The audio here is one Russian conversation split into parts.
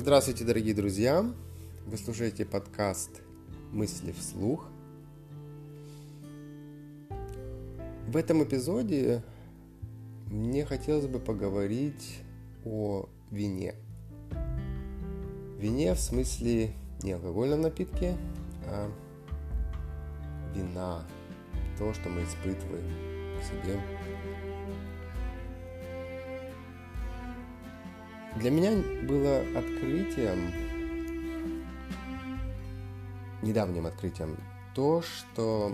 Здравствуйте, дорогие друзья! Вы слушаете подкаст «Мысли вслух». В этом эпизоде мне хотелось бы поговорить о вине. Вине в смысле не алкогольном напитке, а вина, то, что мы испытываем в себе. Для меня было недавним открытием, то, что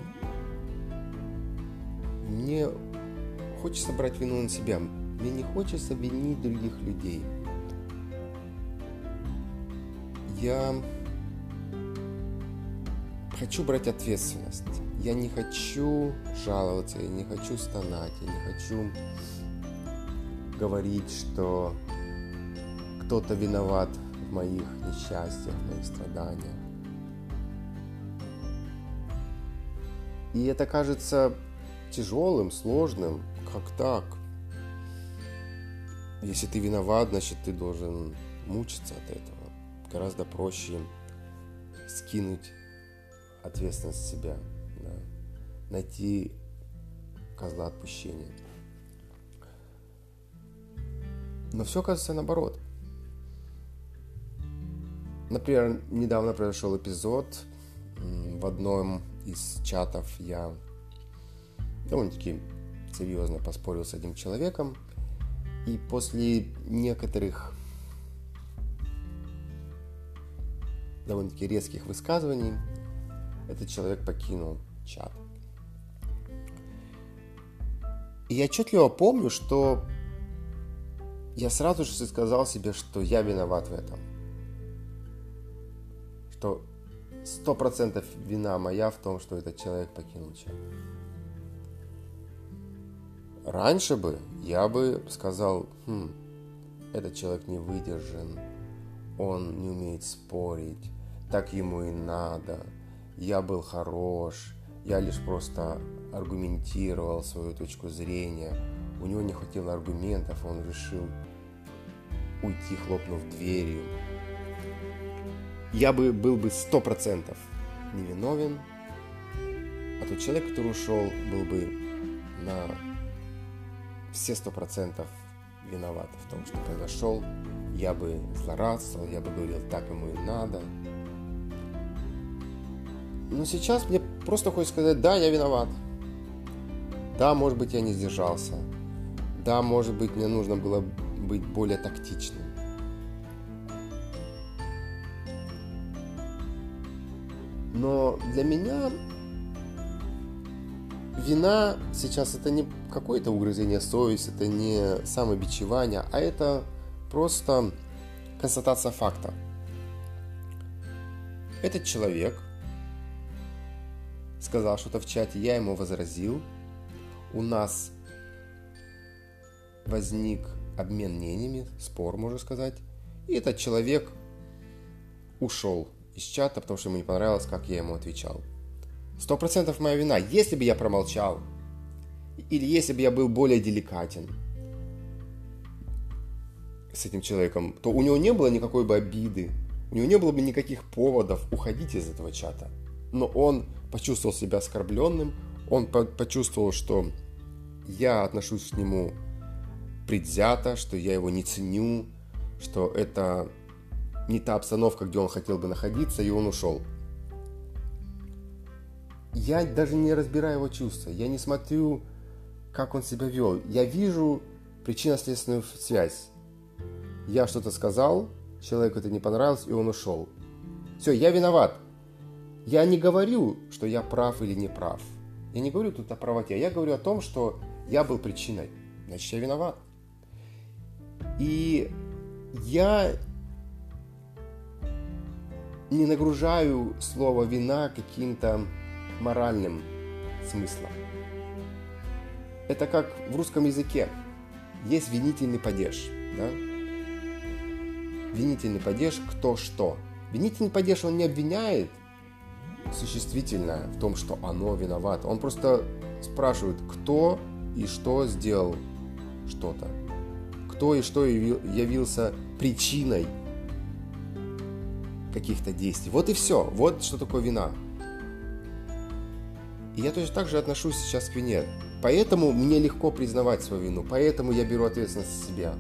мне хочется брать вину на себя. Мне не хочется винить других людей. Я хочу брать ответственность. Я не хочу жаловаться, я не хочу стонать, я не хочу говорить, что кто-то виноват в моих несчастьях, в моих страданиях. И это кажется тяжелым, сложным. Как так? Если ты виноват, значит, ты должен мучиться от этого. Гораздо проще скинуть ответственность с себя, да? Найти козла отпущения. Но все кажется наоборот. Например, недавно произошел эпизод. В одном из чатов я довольно-таки серьезно поспорил с одним человеком. И после некоторых довольно-таки резких высказываний этот человек покинул чат. И я отчетливо помню, что я сразу же сказал себе, что я виноват в этом. Что 100% вина моя в том, что этот человек покинул чат. Раньше бы я бы сказал, этот человек не выдержан, он не умеет спорить, так ему и надо, я был хорош, я лишь просто аргументировал свою точку зрения, у него не хватило аргументов, он решил уйти, хлопнув дверью. Я был бы 100% невиновен, а тот человек, который ушел, был бы на все 100% виноват в том, что произошел. Я бы злорадствовал, я бы говорил, так ему и надо. Но сейчас мне просто хочется сказать, да, я виноват. Да, может быть, я не сдержался. Да, может быть, мне нужно было быть более тактичным. Но для меня вина сейчас это не какое-то угрызение совести, это не самобичевание, а это просто констатация факта. Этот человек сказал что-то в чате, я ему возразил, у нас возник обмен мнениями, спор, можно сказать, и этот человек ушел из чата, потому что ему не понравилось, как я ему отвечал. 100% моя вина. Если бы я промолчал, или если бы я был более деликатен с этим человеком, то у него не было никакой бы обиды, у него не было бы никаких поводов уходить из этого чата. Но он почувствовал себя оскорбленным, он почувствовал, что я отношусь к нему предвзято, что я его не ценю, что это не та обстановка, где он хотел бы находиться, и он ушел. Я даже не разбираю его чувства, я не смотрю, как он себя вел. Я вижу причинно-следственную связь. Я что-то сказал, человеку это не понравилось, и он ушел. Все, я виноват. Я не говорю, что я прав или не прав. Я не говорю тут о правоте, я говорю о том, что я был причиной. Значит, я виноват. И я не нагружаю слово «вина» каким-то моральным смыслом. Это как в русском языке. Есть винительный падеж. Да? Винительный падеж «кто что». Винительный падеж, он не обвиняет существительное в том, что оно виновато. Он просто спрашивает, кто и что сделал что-то. Кто и что явился причиной каких-то действий. Вот и все. Вот что такое вина. И я точно так же отношусь сейчас к вине. Поэтому мне легко признавать свою вину. Поэтому я беру ответственность на себя.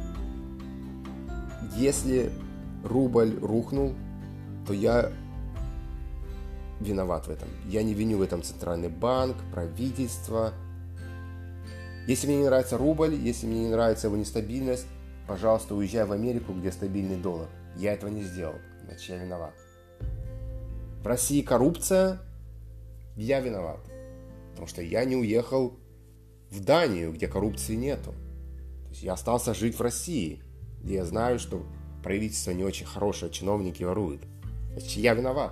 Если рубль рухнул, то я виноват в этом. Я не виню в этом центральный банк, правительство. Если мне не нравится рубль, если мне не нравится его нестабильность, пожалуйста, уезжай в Америку, где стабильный доллар. Я этого не сделал, значит, я виноват. В России коррупция, я виноват. Потому что я не уехал в Данию, где коррупции нету. То есть я остался жить в России, где я знаю, что правительство не очень хорошее, чиновники воруют. Значит, я виноват.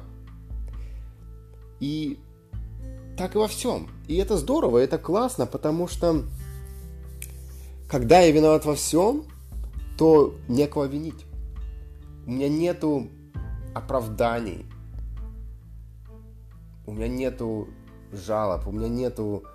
И так и во всем. И это здорово, это классно, потому что когда я виноват во всем, то некого винить. У меня нету оправданий. У меня нету жалоб, у меня нету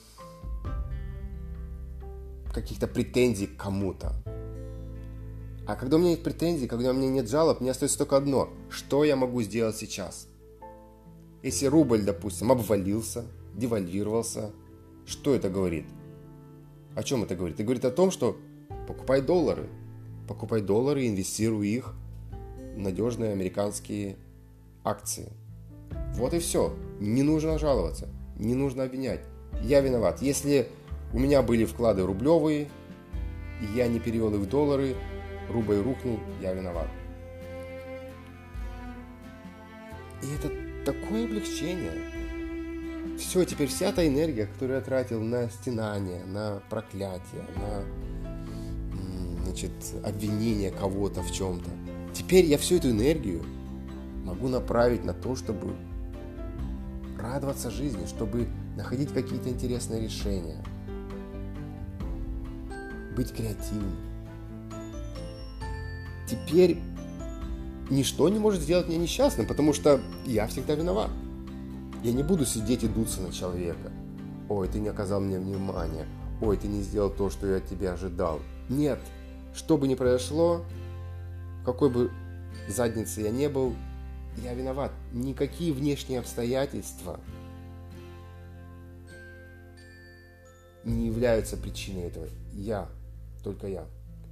каких-то претензий к кому-то. А когда у меня нет претензий, когда у меня нет жалоб, мне остается только одно. Что я могу сделать сейчас? Если рубль, допустим, обвалился, девальвировался, что это говорит? О чем это говорит? Это говорит о том, что покупай доллары. Покупай доллары и инвестируй их в надежные американские акции. Вот и все. Не нужно жаловаться, не нужно обвинять. Я виноват. Если у меня были вклады рублевые, и я не перевел их в доллары, рубль рухнул, я виноват. И это такое облегчение. Все, теперь вся та энергия, которую я тратил на стенание, на проклятие, на обвинение кого-то в чем-то. Теперь я всю эту энергию могу направить на то, чтобы радоваться жизни, чтобы находить какие-то интересные решения, быть креативным. Теперь ничто не может сделать меня несчастным, потому что я всегда виноват. Я не буду сидеть и дуться на человека. Ой, ты не оказал мне внимания. Ой, ты не сделал то, что я от тебя ожидал. Нет, что бы ни произошло, в какой бы заднице я не был, я виноват. Никакие внешние обстоятельства не являются причиной этого. Я, только я.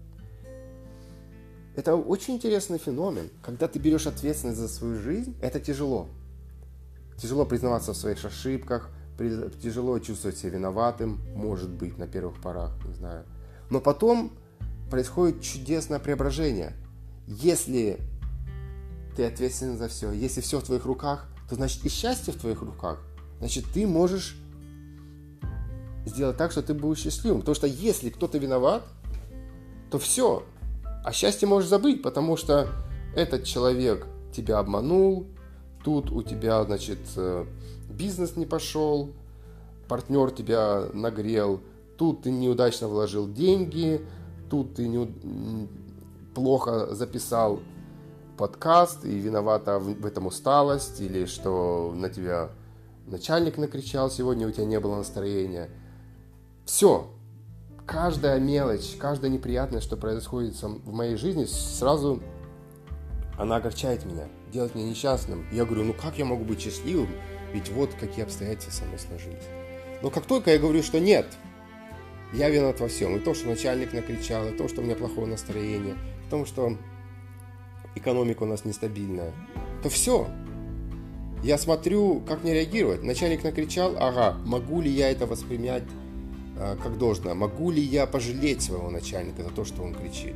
Это очень интересный феномен. Когда ты берешь ответственность за свою жизнь, это тяжело. Тяжело признаваться в своих ошибках, тяжело чувствовать себя виноватым, может быть, на первых порах, не знаю. Но потом происходит чудесное преображение. Если ты ответственен за все, если все в твоих руках, то значит и счастье в твоих руках. Значит, ты можешь сделать так, что ты будешь счастливым. Потому что если кто-то виноват, то все. А счастье можешь забыть, потому что этот человек тебя обманул, тут у тебя, бизнес не пошел, партнер тебя нагрел, тут ты неудачно вложил деньги, тут ты плохо записал подкаст и виновата в этом усталость, или что на тебя начальник накричал, сегодня у тебя не было настроения. Все. Каждая мелочь, каждая неприятность, что происходит в моей жизни, сразу она огорчает меня, делает меня несчастным. Я говорю, как я могу быть счастливым, ведь вот какие обстоятельства со мной сложились. Но как только я говорю, что нет, я виноват во всем. И то, что начальник накричал, и то, что у меня плохое настроение, и то, что экономика у нас нестабильная, то все. Я смотрю, как мне реагировать. Начальник накричал, могу ли я это воспринять как должно? Могу ли я пожалеть своего начальника за то, что он кричит?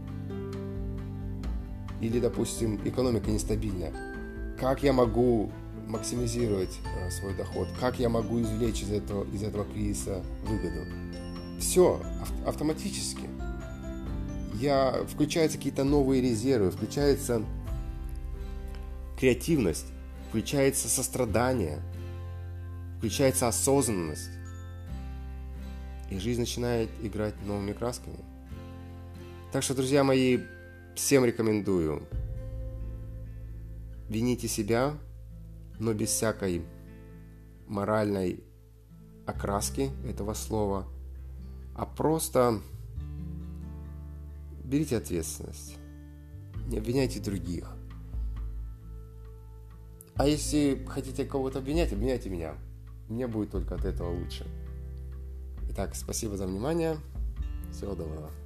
Или, допустим, экономика нестабильная. Как я могу максимизировать свой доход? Как я могу извлечь из этого кризиса выгоду? Все автоматически. Включаются какие-то новые резервы, включается креативность, включается сострадание, включается осознанность. И жизнь начинает играть новыми красками. Так что, друзья мои, всем рекомендую. Вините себя, но без всякой моральной окраски этого слова, а просто берите ответственность. Не обвиняйте других. А если хотите кого-то обвинять, обвиняйте меня. Мне будет только от этого лучше. Итак, спасибо за внимание. Всего доброго.